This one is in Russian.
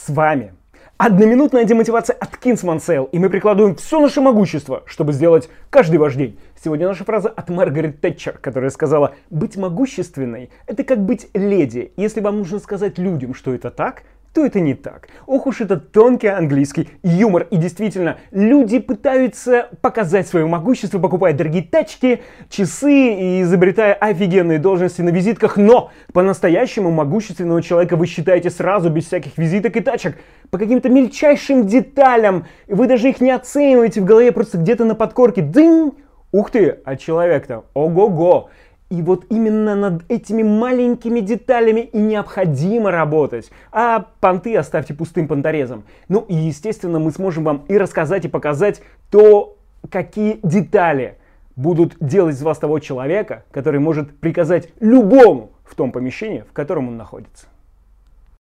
С вами одноминутная демотивация от Kingsman Sale, и мы прикладываем все наше могущество, чтобы сделать каждый ваш день. Сегодня наша фраза от Маргарет Тэтчер, которая сказала: «Быть могущественной – это как быть леди. Если вам нужно сказать людям, что это так, то это не так». Ох уж это тонкий английский юмор. И действительно, люди пытаются показать свое могущество, покупая дорогие тачки, часы и изобретая офигенные должности на визитках. Но по-настоящему могущественного человека вы считаете сразу, без всяких визиток и тачек, по каким-то мельчайшим деталям. Вы даже их не оцениваете в голове, просто где-то на подкорке. Дынь! Ух ты, а человек-то ого-го. И вот именно над этими маленькими деталями и необходимо работать. А понты оставьте пустым понторезом. Ну и естественно мы сможем вам и рассказать, и показать то, какие детали будут делать из вас того человека, который может приказать любому в том помещении, в котором он находится.